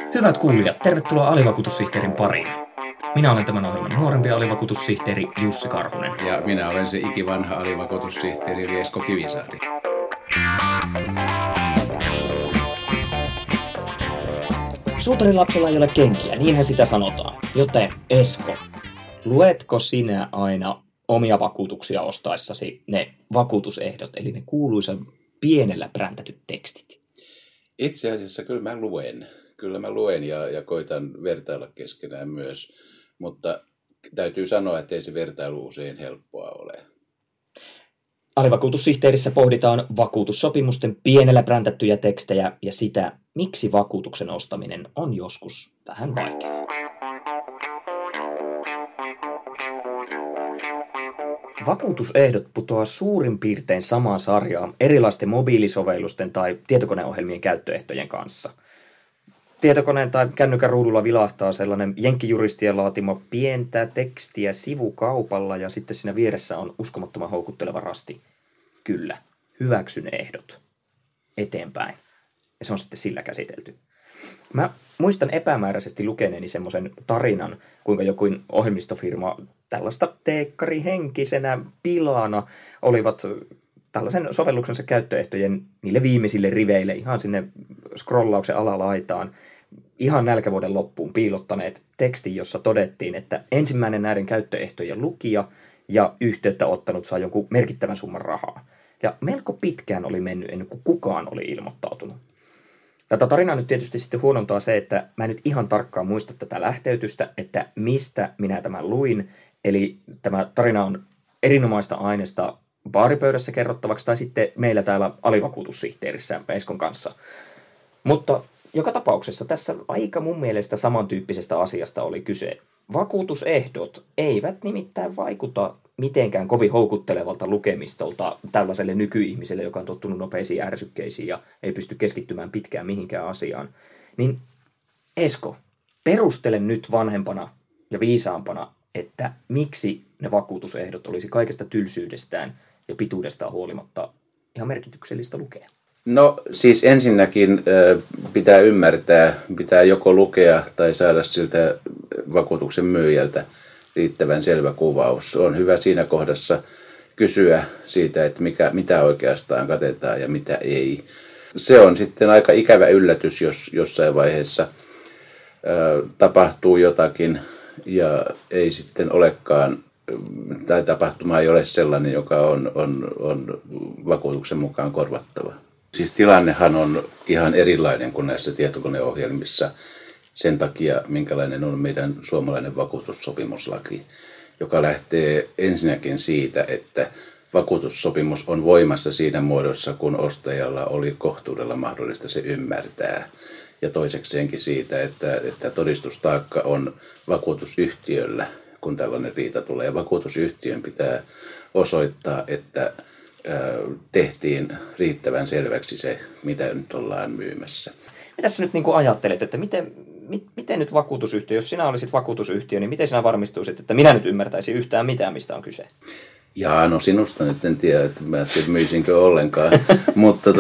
Hyvät kuulijat, tervetuloa alivakuutussihteerin pariin. Minä olen tämän ohjelman nuorempi alivakuutussihteeri Jussi Karhunen. Ja minä olen se ikivanha alivakuutussihteeri Riesko Kivisaari. Suutarin lapsella ei ole kenkiä, niinhän sitä sanotaan. Joten Esko, luetko sinä aina omia vakuutuksia ostaessasi ne vakuutusehdot, eli ne kuuluisan pienellä präntätyt tekstit? Itse asiassa kyllä mä luen. Kyllä mä luen ja koitan vertailla keskenään myös, mutta täytyy sanoa, että ei se vertailu usein helppoa ole. Alivakuutussihteerissä pohditaan vakuutussopimusten pienellä präntättyjä tekstejä ja sitä, miksi vakuutuksen ostaminen on joskus vähän vaikeaa. Vakuutusehdot putoaa suurin piirtein samaan sarjaan erilaisten mobiilisovellusten tai tietokoneohjelmien käyttöehtojen kanssa. Tietokoneen tai kännykän ruudulla vilahtaa sellainen jenkkijuristien laatima pientä tekstiä sivukaupalla ja sitten siinä vieressä on uskomattoman houkutteleva rasti. Kyllä, hyväksyn ehdot. Eteenpäin. Ja se on sitten sillä käsitelty. Mä muistan epämääräisesti lukeneeni semmoisen tarinan, kuinka joku ohjelmistofirma tällaista teekkarihenkisenä pilana olivat tällaisen sovelluksensa käyttöehtojen niille viimeisille riveille ihan sinne scrollauksen alalaitaan ihan nälkävuoden loppuun piilottaneet tekstin, jossa todettiin, että ensimmäinen näiden käyttöehtojen lukija ja yhteyttä ottanut saa jonkun merkittävän summan rahaa. Ja melko pitkään oli mennyt ennen kuin kukaan oli ilmoittautunut. Tätä tarinaa nyt tietysti sitten huonontaa se, että mä en nyt ihan tarkkaan muista tätä lähteytystä, että mistä minä tämän luin. Eli tämä tarina on erinomaista aineesta baaripöydässä kerrottavaksi tai sitten meillä täällä alivakuutussihteerissä Eskon kanssa. Mutta joka tapauksessa tässä aika mun mielestä samantyyppisestä asiasta oli kyse. Vakuutusehdot eivät nimittäin vaikuta mitenkään kovin houkuttelevalta lukemistolta tällaiselle nykyihmiselle, joka on tottunut nopeisiin ärsykkeisiin ja ei pysty keskittymään pitkään mihinkään asiaan. Niin Esko, perustele nyt vanhempana ja viisaampana, että miksi ne vakuutusehdot olisi kaikesta tylsyydestään ja pituudestaan huolimatta ihan merkityksellistä lukea. No siis ensinnäkin pitää ymmärtää, pitää joko lukea tai saada siltä vakuutuksen myyjältä riittävän selvä kuvaus. On hyvä siinä kohdassa kysyä siitä, että mitä oikeastaan katetaan ja mitä ei. Se on sitten aika ikävä yllätys, jos jossain vaiheessa tapahtuu jotakin ja ei sitten olekaan, tai tapahtuma ei ole sellainen, joka on vakuutuksen mukaan korvattava. Siis tilannehan on ihan erilainen kuin näissä tietokoneohjelmissa sen takia, minkälainen on meidän suomalainen vakuutussopimuslaki, joka lähtee ensinnäkin siitä, että vakuutussopimus on voimassa siinä muodossa, kun ostajalla oli kohtuudella mahdollista se ymmärtää. Ja toisekseenkin siitä, että todistustaakka on vakuutusyhtiöllä, kun tällainen riita tulee. Vakuutusyhtiön pitää osoittaa, että tehtiin riittävän selväksi se, mitä nyt ollaan myymässä. Mitä sä nyt niin kuin ajattelet, että miten nyt vakuutusyhtiö, jos sinä olisit vakuutusyhtiö, niin miten sinä varmistuisit, että minä nyt ymmärtäisin yhtään mitään, mistä on kyse? Jaa, no sinusta nyt en tiedä, että mä ajattelin, myisinkö ollenkaan, mutta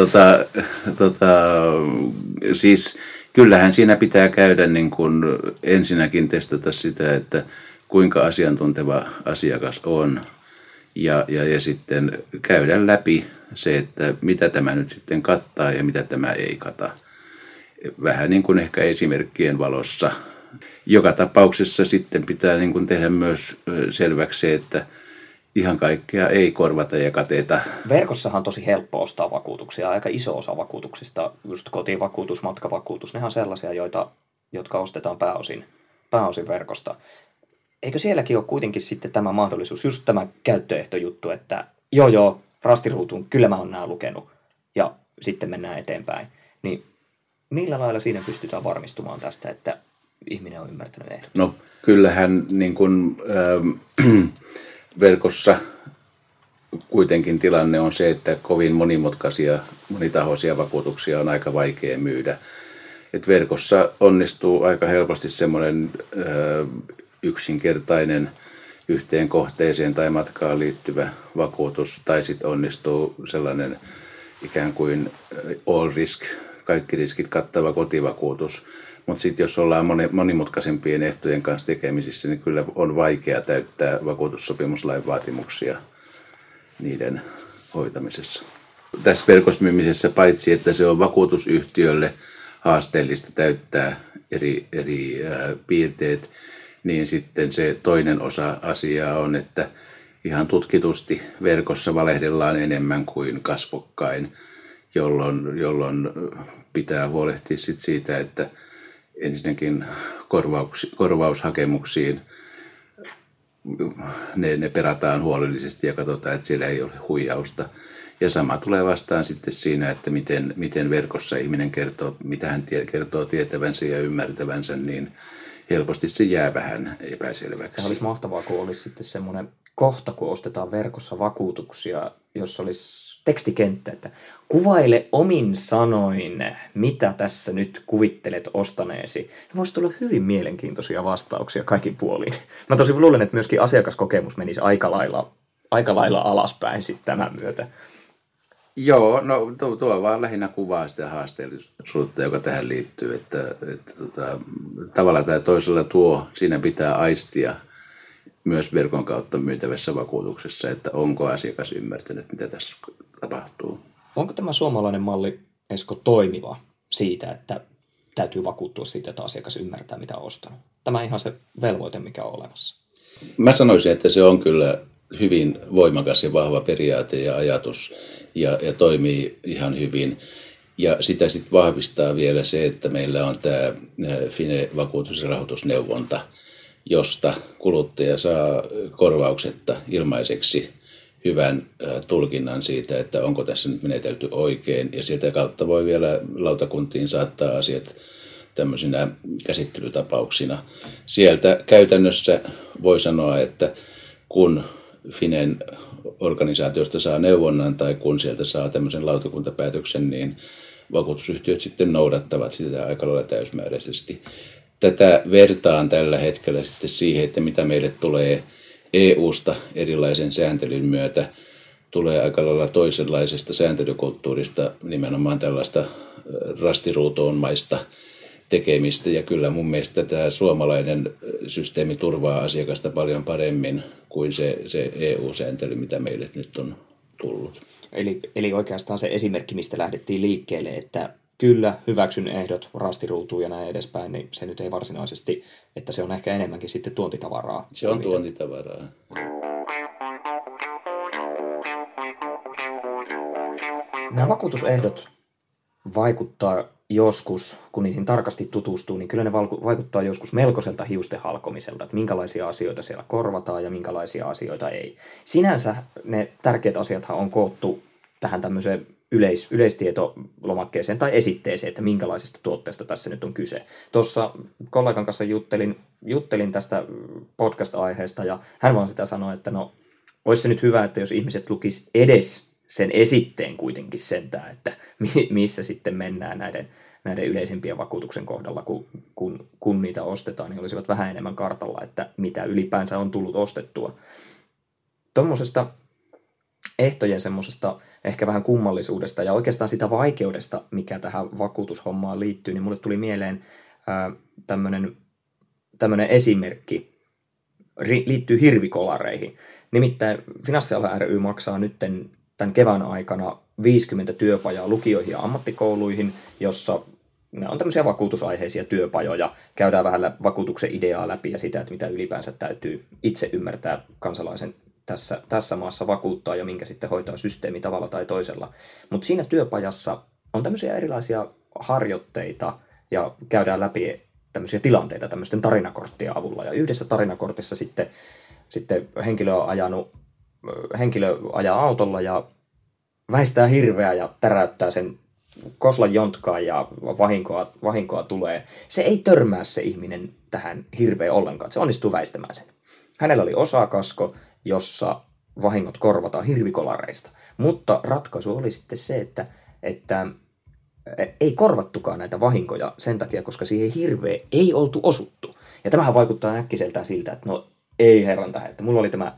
siis kyllähän siinä pitää käydä niin kuin ensinnäkin testata sitä, että kuinka asiantunteva asiakas on ja sitten käydä läpi se, että mitä tämä nyt sitten kattaa ja mitä tämä ei kata. Vähän niin kuin ehkä esimerkkien valossa. Joka tapauksessa sitten pitää niin kuin tehdä myös selväksi se, että ihan kaikkea ei korvata ja kateta. Verkossahan on tosi helppo ostaa vakuutuksia. Aika iso osa vakuutuksista, just kotivakuutus, matkavakuutus, ne on sellaisia, jotka ostetaan pääosin verkosta. Eikö sielläkin ole kuitenkin sitten tämä mahdollisuus, just tämä käyttöehtojuttu, että joo, rastiruutuun, kyllä mä oon nämä lukenut ja sitten mennään eteenpäin. Niin millä lailla siinä pystytään varmistumaan tästä, että ihminen on ymmärtänyt ehdot? No kyllähän niin kuin, verkossa kuitenkin tilanne on se, että kovin monimutkaisia, monitahoisia vakuutuksia on aika vaikea myydä. Et verkossa onnistuu aika helposti semmoinen yksinkertainen yhteen kohteeseen tai matkaan liittyvä vakuutus, tai sitten onnistuu sellainen ikään kuin all risk, kaikki riskit kattava kotivakuutus. Mutta sitten jos ollaan monimutkaisempien ehtojen kanssa tekemisissä, niin kyllä on vaikea täyttää vakuutussopimuslain vaatimuksia niiden hoitamisessa. Tässä verkosmyymisessä paitsi, että se on vakuutusyhtiölle haasteellista täyttää eri piirteet, niin sitten se toinen osa asiaa on, että ihan verkossa valehdellaan enemmän kuin kasvokkain, jolloin pitää huolehtia sit siitä, että ensinnäkin korvaushakemuksiin ne perataan huolellisesti ja katsotaan, että siellä ei ole huijausta. Ja sama tulee vastaan sitten siinä, että miten verkossa ihminen kertoo, mitä hän kertoo tietävänsä ja ymmärtävänsä, niin helposti se jää vähän epäselväksi. Se olisi mahtavaa, kun olisi sitten semmoinen kohta, kun ostetaan verkossa vakuutuksia, jos olisi tekstikenttä, että kuvaile omin sanoin, mitä tässä nyt kuvittelet ostaneesi. Ne voisi tulla hyvin mielenkiintoisia vastauksia kaikin puoliin. Mä tosi luulen, että myöskin asiakaskokemus menisi aika lailla alaspäin sitten tämän myötä. Joo, no tuo vaan lähinnä kuvaa sitä haasteellisuutta, joka tähän liittyy, että tavalla tai toisella siinä pitää aistia myös verkon kautta myytävässä vakuutuksessa, että onko asiakas ymmärtänyt, mitä tässä tapahtuu. Onko tämä suomalainen malli, Esko, toimiva siitä, että täytyy vakuuttua siitä, että asiakas ymmärtää, mitä on ostanut? Tämä on ihan se velvoite, mikä on olemassa. Mä sanoisin, että se on kyllä hyvin voimakas ja vahva periaate ja ajatus ja toimii ihan hyvin. Ja sitä sitten vahvistaa vielä se, että meillä on tämä Fine-vakuutus- ja rahoitusneuvonta, josta kuluttaja saa korvauksetta ilmaiseksi hyvän tulkinnan siitä, että onko tässä nyt menetelty oikein. Ja sieltä kautta voi vielä lautakuntiin saattaa asiat tämmöisinä käsittelytapauksina. Sieltä käytännössä voi sanoa, että kun Finen organisaatiosta saa neuvonnan tai kun sieltä saa tämmöisen lautakuntapäätöksen, niin vakuutusyhtiöt sitten noudattavat sitä aika lailla täysmääräisesti. Tätä vertaan tällä hetkellä sitten siihen, että mitä meille tulee EUsta erilaisen sääntelyn myötä, tulee aika lailla toisenlaisesta sääntelykulttuurista, nimenomaan tällaista rastiruutoonmaista tekemistä. Ja kyllä mun mielestä tämä suomalainen systeemi turvaa asiakasta paljon paremmin kuin se EU-sääntely, mitä meille nyt on tullut. Eli oikeastaan se esimerkki, mistä lähdettiin liikkeelle, että kyllä, hyväksyn ehdot, rastiruutuun ja näin edespäin, niin se nyt ei varsinaisesti, että se on ehkä enemmänkin sitten tuontitavaraa. Se on tuontitavaraa. Nämä vakuutusehdot vaikuttaa joskus, kun niihin tarkasti tutustuu, niin kyllä ne vaikuttaa joskus melkoiselta hiusten halkomiselta, että minkälaisia asioita siellä korvataan ja minkälaisia asioita ei. Sinänsä ne tärkeät asiathan on koottu tähän tämmöiseen yleistietolomakkeeseen tai esitteeseen, että minkälaisesta tuotteesta tässä nyt on kyse. Tuossa kollegan kanssa juttelin tästä podcast-aiheesta ja hän vaan sitä sanoi, että no olisi se nyt hyvä, että jos ihmiset lukis edes sen esitteen kuitenkin sentään, että missä sitten mennään näiden yleisempien vakuutuksen kohdalla, kun niitä ostetaan, niin olisivat vähän enemmän kartalla, että mitä ylipäänsä on tullut ostettua. Tuommoisesta ehtojen semmoisesta ehkä vähän kummallisuudesta ja oikeastaan sitä vaikeudesta, mikä tähän vakuutushommaan liittyy, niin mulle tuli mieleen tämmöinen esimerkki, liittyy hirvikolareihin. Nimittäin Finanssiala ry maksaa nyt tämän kevään aikana 50 työpajaa lukioihin ja ammattikouluihin, jossa ne on tämmöisiä vakuutusaiheisia työpajoja. Käydään vähän vakuutuksen ideaa läpi ja sitä, että mitä ylipäänsä täytyy itse ymmärtää kansalaisen tässä maassa vakuuttaa ja minkä sitten hoitaa systeemi tavalla tai toisella. Mutta siinä työpajassa on tämmöisiä erilaisia harjoitteita ja käydään läpi tämmöisiä tilanteita tämmöisten tarinakorttien avulla. Ja yhdessä tarinakortissa sitten henkilö ajaa autolla ja väistää hirveä ja täräyttää sen koslan jontkaan ja vahinkoa tulee. Se ei törmää se ihminen tähän hirveän ollenkaan, se onnistuu väistämään sen. Hänellä oli osakasko, jossa vahingot korvataan hirvikolareista, mutta ratkaisu oli sitten se, että ei korvattukaan näitä vahinkoja sen takia, koska siihen hirveä ei oltu osuttu. Ja tämähän vaikuttaa äkkiseltään siltä, että no ei herran tähän, että mulla oli tämä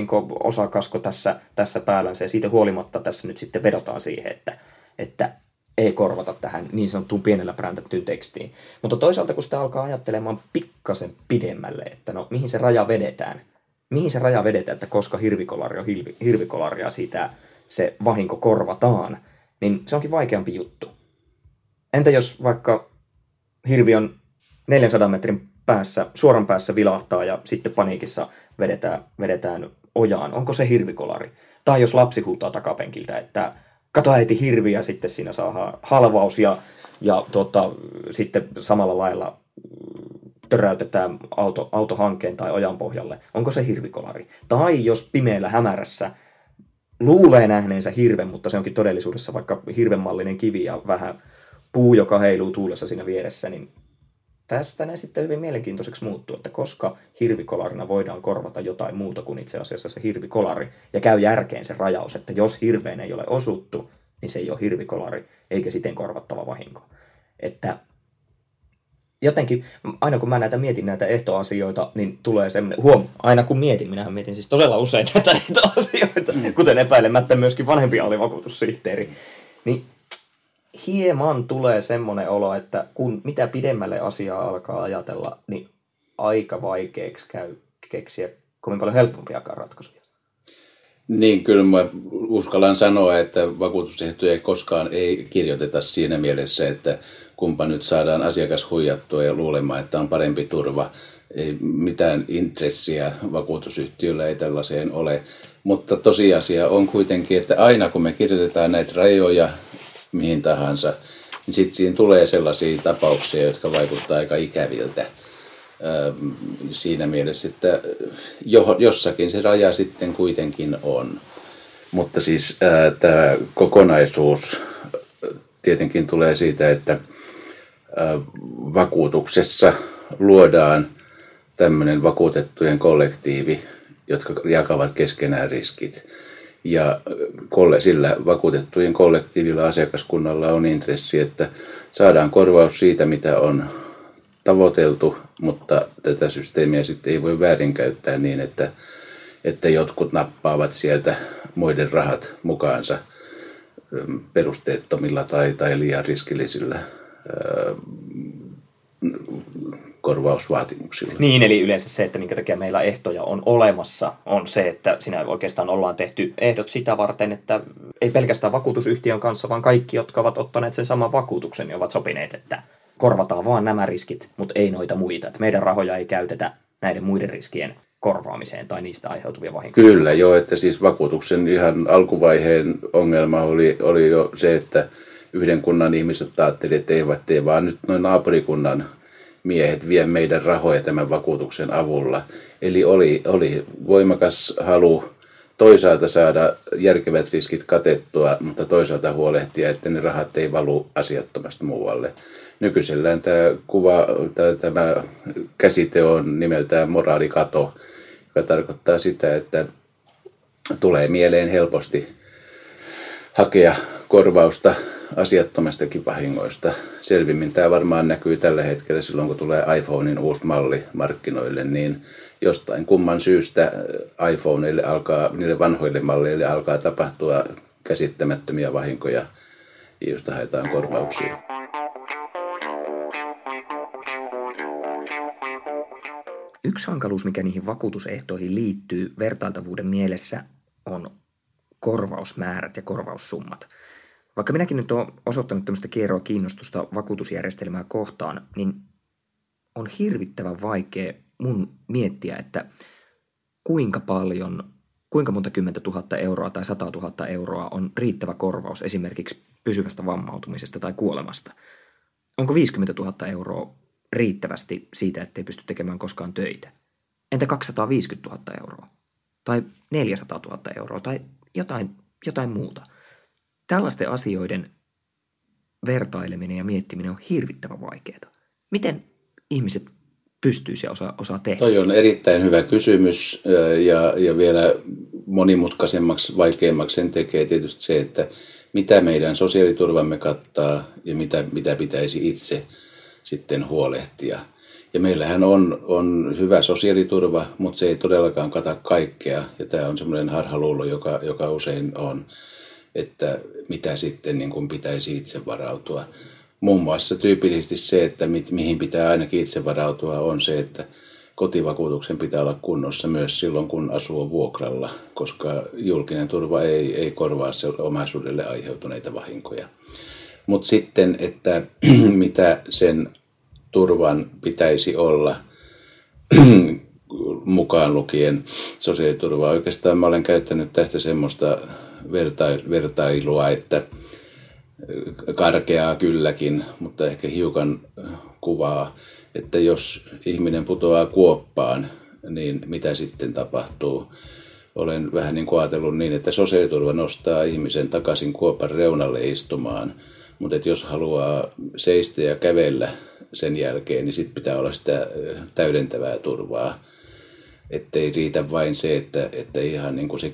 hirvivahinko-osakasko tässä päällänsä ja siitä huolimatta tässä nyt sitten vedotaan siihen, että ei korvata tähän niin sanottuun pienellä präntättyyn tekstiin. Mutta toisaalta, kun sitä alkaa ajattelemaan pikkasen pidemmälle, että no mihin se raja vedetään, että koska hirvikolari on hirvikolari ja siitä se vahinko korvataan, niin se onkin vaikeampi juttu. Entä jos vaikka hirvi on 400 metrin päässä, suoran päässä vilahtaa ja sitten paniikissa vedetään ojaan, onko se hirvikolari? Tai jos lapsi huutaa takapenkiltä, että kato äiti hirvi ja sitten siinä saa halvaus ja sitten samalla lailla töräytetään auto hankkeen tai ojan pohjalle. Onko se hirvikolari? Tai jos pimeällä hämärässä luulee nähneensä hirven, mutta se onkin todellisuudessa vaikka hirvenmallinen kivi ja vähän puu, joka heiluu tuulessa siinä vieressä, niin tästä ne sitten hyvin mielenkiintoiseksi muuttuu, että koska hirvikolarina voidaan korvata jotain muuta kuin itse asiassa se hirvikolari. Ja käy järkeen se rajaus, että jos hirveen ei ole osuttu, niin se ei ole hirvikolari, eikä siten korvattava vahinko. Että jotenkin, aina kun mä mietin näitä ehtoasioita, niin tulee semmoinen, aina kun minähän mietin siis todella usein näitä ehtoasioita, kuten epäilemättä myöskin vanhempi alivakuutussihteeri, niin hieman tulee semmoinen olo, että kun mitä pidemmälle asiaa alkaa ajatella, niin aika vaikeaksi käy keksiä kovin paljon helpompiakaan ratkaisuja. Niin, kyllä mä uskallan sanoa, että vakuutusehtoja ei koskaan ei kirjoiteta siinä mielessä, että kumpa nyt saadaan asiakas huijattua ja luulemaan, että on parempi turva. Ei mitään intressiä vakuutusyhtiöllä ei tällaiseen ole. Mutta tosiasia on kuitenkin, että aina kun me kirjoitetaan näitä rajoja mihin tahansa, niin sitten siinä tulee sellaisia tapauksia, jotka vaikuttavat aika ikäviltä. Siinä mielessä, että jossakin se raja sitten kuitenkin on. Mutta siis tämä kokonaisuus tietenkin tulee siitä, että vakuutuksessa luodaan tämmöinen vakuutettujen kollektiivi, jotka jakavat keskenään riskit. Ja sillä vakuutettujen kollektiivilla asiakaskunnalla on intressi, että saadaan korvaus siitä, mitä on tavoiteltu, mutta tätä systeemiä sitten ei voi väärinkäyttää niin, että jotkut nappaavat sieltä muiden rahat mukaansa perusteettomilla tai liian riskillisillä korvausvaatimuksilla. Niin, eli yleensä se, että minkä takia meillä ehtoja on olemassa, on se, että siinä oikeastaan ollaan tehty ehdot sitä varten, että ei pelkästään vakuutusyhtiön kanssa, vaan kaikki, jotka ovat ottaneet sen saman vakuutuksen, niin ovat sopineet, että korvataan vaan nämä riskit, mutta ei noita muita. Että meidän rahoja ei käytetä näiden muiden riskien korvaamiseen tai niistä aiheutuvia vahinkoja. Kyllä, joo, että siis vakuutuksen ihan alkuvaiheen ongelma oli jo se, että yhden kunnan ihmiset ajattelivat, että eivät vaan nyt noin naapurikunnan miehet vie meidän rahoja tämän vakuutuksen avulla. Eli oli voimakas halu toisaalta saada järkevät riskit katettua, mutta toisaalta huolehtia, että ne rahat ei valu asiattomasti muualle. Nykyisellään tämä käsite on nimeltään moraalikato, joka tarkoittaa sitä, että tulee mieleen helposti hakea korvausta asiattomastakin vahingoista. Selvimmin tämä varmaan näkyy tällä hetkellä silloin, kun tulee iPhonein uusi malli markkinoille, niin jostain kumman syystä iPhoneille niille vanhoille malleille alkaa tapahtua käsittämättömiä vahinkoja, joista haetaan korvauksia. Yksi hankaluus, mikä niihin vakuutusehtoihin liittyy vertailtavuuden mielessä, on korvausmäärät ja korvaussummat. Vaikka minäkin nyt olen osoittanut tämmöistä kierroa kiinnostusta vakuutusjärjestelmää kohtaan, niin on hirvittävän vaikea mun miettiä, että kuinka monta 10 000 euroa tai 100 000 euroa on riittävä korvaus esimerkiksi pysyvästä vammautumisesta tai kuolemasta. Onko 50 000 euroa riittävästi siitä, ettei pysty tekemään koskaan töitä? Entä 250 000 euroa? Tai 400 000 euroa? Tai jotain muuta? Tällaisten asioiden vertaileminen ja miettiminen on hirvittävän vaikeaa. Miten ihmiset pystyisi ja osaa tehdä? Toi on erittäin hyvä kysymys ja vielä monimutkaisemmaksi, vaikeammaksi sen tekee tietysti se, että mitä meidän sosiaaliturvamme kattaa ja mitä pitäisi itse sitten huolehtia. Ja meillähän on hyvä sosiaaliturva, mutta se ei todellakaan kata kaikkea ja tämä on semmoinen harhaluulo, joka usein on. että mitä sitten niin kuin pitäisi itse varautua. Muun muassa tyypillisesti se, että mihin pitää ainakin itse varautua, on se, että kotivakuutuksen pitää olla kunnossa myös silloin, kun asuu vuokralla, koska julkinen turva ei korvaa omaisuudelle aiheutuneita vahinkoja. Mutta sitten, että mitä sen turvan pitäisi olla, mukaan lukien sosiaaliturvaa. Oikeastaan mä olen käyttänyt tästä semmoista vertailua, että karkeaa kylläkin, mutta ehkä hiukan kuvaa, että jos ihminen putoaa kuoppaan, niin mitä sitten tapahtuu? Olen vähän niin kuin ajatellut niin, että sosiaaliturva nostaa ihmisen takaisin kuopan reunalle istumaan, mutta että jos haluaa seistä ja kävellä sen jälkeen, niin sitten pitää olla sitä täydentävää turvaa. Ettei riitä vain se, että ihan niin kuin se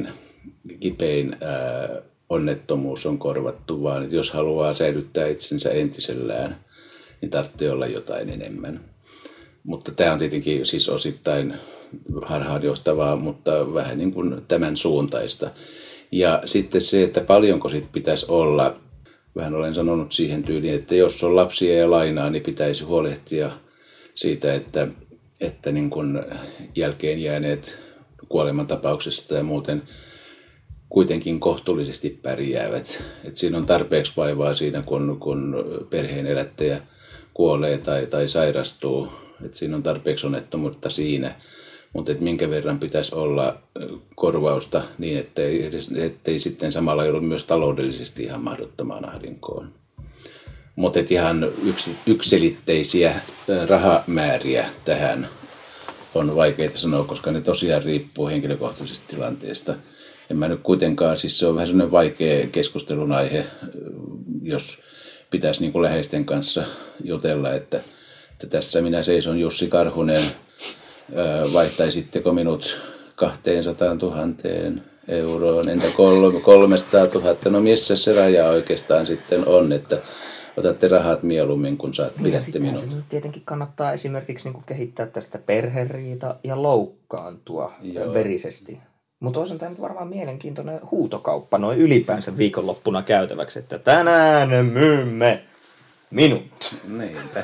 kipein onnettomuus on korvattu, vaan että jos haluaa säilyttää itsensä entisellään, niin tarvitsee olla jotain enemmän. Mutta tämä on tietenkin siis osittain harhaanjohtavaa, mutta vähän niin kuin tämän suuntaista. Ja sitten se, että paljonko sit pitäisi olla, vähän olen sanonut siihen tyyliin, että jos on lapsia ja lainaa, niin pitäisi huolehtia siitä, että niin kuin jälkeen jääneet kuolemantapauksesta ja muuten kuitenkin kohtuullisesti pärjäävät. Et siinä on tarpeeksi vaivaa siinä, kun perheen elättäjä kuolee tai sairastuu. Et siinä on tarpeeksi onnettomuutta siinä. Mutta minkä verran pitäisi olla korvausta niin, ettei sitten samalla joudu myös taloudellisesti ihan mahdottomaan ahdinkoon. Mutta ihan yksiselitteisiä rahamääriä tähän on vaikeita sanoa, koska ne tosiaan riippuu henkilökohtaisesta tilanteesta. En mä nyt kuitenkaan, siis se on vähän sellainen vaikea keskustelun aihe, jos pitäisi niin kuin läheisten kanssa jutella, että tässä minä seison Jussi Karhunen, vaihtaisitteko minut 200 000 euroon, entä 300 000, no missä se raja oikeastaan sitten on, että otatte rahat mieluummin, kun pidätte minut. Se tietenkin kannattaa esimerkiksi niin kuin kehittää tästä perheriita ja loukkaantua verisesti. Mutta olisi tämä varmaan mielenkiintoinen huutokauppa noin ylipäänsä viikonloppuna käytäväksi, että tänään myymme minut. Niinpä.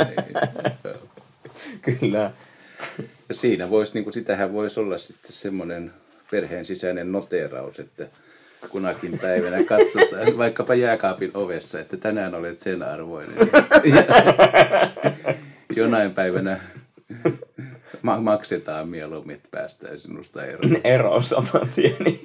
Kyllä. Ja siinä voisi, niin kuin sitähän voisi olla sitten semmoinen perheen sisäinen noteeraus, että kunakin päivänä katsotaan vaikkapa jääkaapin ovessa, että tänään olet sen arvoinen. Jonain päivänä maksetaan mieluummin, että päästään sinusta eroon. Eroon saman tien.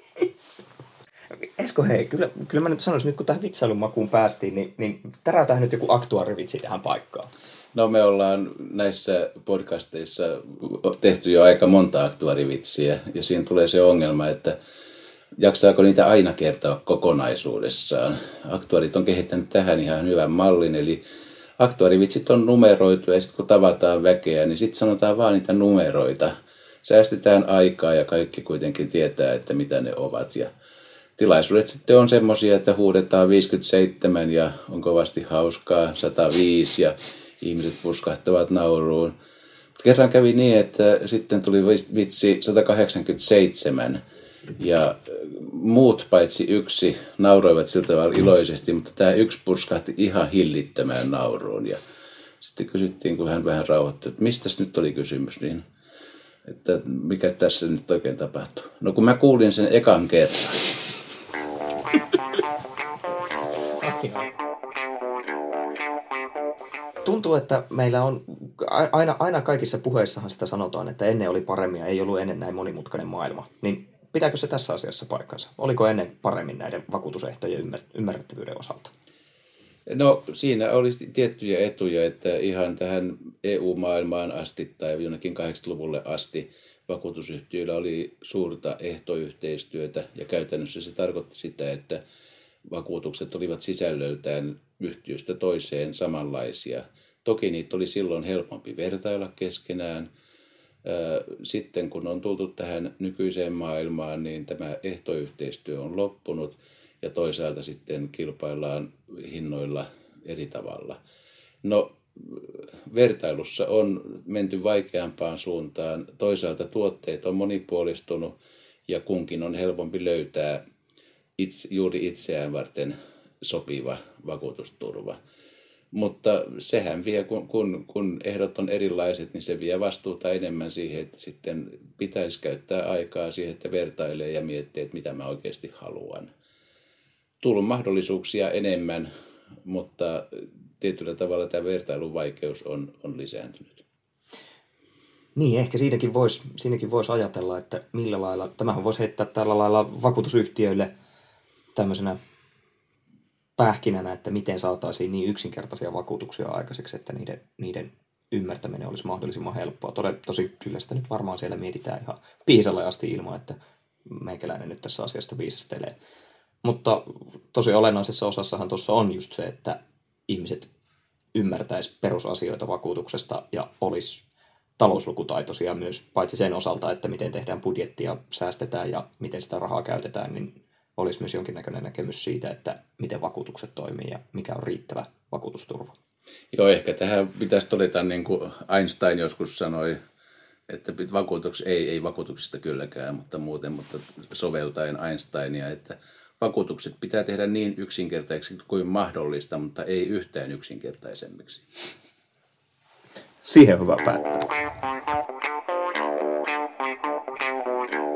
Esko, hei, kyllä mä nyt sanoisin, nyt kun tähän vitsailun makuun päästiin, niin täräytään nyt joku aktuaarivitsi tähän paikkaan. No me ollaan näissä podcasteissa tehty jo aika monta aktuaarivitsiä, ja siinä tulee se ongelma, että jaksaako niitä aina kertoa kokonaisuudessaan. Aktuaarit on kehittänyt tähän ihan hyvän mallin, eli aktuaarivitsit on numeroitu, ja sitten kun tavataan väkeä, niin sitten sanotaan vaan niitä numeroita. Säästetään aikaa, ja kaikki kuitenkin tietää, että mitä ne ovat. Ja tilaisuudet sitten on semmoisia, että huudetaan 57 ja on kovasti hauskaa, 105 ja ihmiset puskahtavat nauruun. Kerran kävi niin, että sitten tuli vitsi 187 ja muut paitsi yksi nauroivat sillä tavalla iloisesti, mutta tämä yksi purskahti ihan hillittömään nauruun. Ja sitten kysyttiin, kun hän vähän rauhoittui, että mistäs nyt oli kysymys, niin että mikä tässä nyt oikein tapahtui. No kun mä kuulin sen ekan kerran. Tuntuu, että meillä on aina kaikissa puheissahan sitä sanotaan, että ennen oli paremmin ja ei ollut ennen näin monimutkainen maailma. Niin pitääkö se tässä asiassa paikkansa? Oliko ennen paremmin näiden vakuutusehtojen ymmärrettävyyden osalta? No siinä oli tiettyjä etuja, että ihan tähän EU-maailmaan asti tai jonnekin 80-luvulle asti vakuutusyhtiöillä oli suurta ehtoyhteistyötä ja käytännössä se tarkoitti sitä, että vakuutukset olivat sisällöltään yhtiöstä toiseen samanlaisia. Toki niitä oli silloin helpompi vertailla keskenään. Sitten kun on tultu tähän nykyiseen maailmaan, niin tämä ehtoyhteistyö on loppunut ja toisaalta sitten kilpaillaan hinnoilla eri tavalla. No, vertailussa on menty vaikeampaan suuntaan. Toisaalta tuotteet on monipuolistunut ja kunkin on helpompi löytää juuri itseään varten sopiva vakuutusturva. Mutta sehän vie, kun ehdot on erilaiset, niin se vie vastuuta enemmän siihen, että sitten pitäisi käyttää aikaa siihen, että vertailee ja miettii, että mitä mä oikeasti haluan. Tullut mahdollisuuksia enemmän, mutta tietyllä tavalla tämä vertailun vaikeus on lisääntynyt. Niin, ehkä siinäkin voisi ajatella, että millä lailla, tämähän voisi heittää tällä lailla vakuutusyhtiöille tämmöisenä pähkinänä, että miten saataisiin niin yksinkertaisia vakuutuksia aikaiseksi, että niiden ymmärtäminen olisi mahdollisimman helppoa. Tosi kyllä sitä nyt varmaan siellä mietitään ihan piisalle asti ilman, että meikäläinen nyt tässä asiasta viisastelee. Mutta tosi olennaisessa osassahan tuossa on just se, että ihmiset ymmärtäisi perusasioita vakuutuksesta ja olisi talouslukutaitoisia myös, paitsi sen osalta, että miten tehdään budjettia, säästetään ja miten sitä rahaa käytetään, niin olisi myös jonkinnäköinen näkemys siitä, että miten vakuutukset toimii ja mikä on riittävä vakuutusturva. Joo, ehkä tähän pitäisi todeta, niin kuin Einstein joskus sanoi, että ei vakuutuksista kylläkään, mutta soveltaen Einsteinia, että vakuutukset pitää tehdä niin yksinkertaisesti kuin mahdollista, mutta ei yhtään yksinkertaisemmiksi. Siihen on hyvä päättää.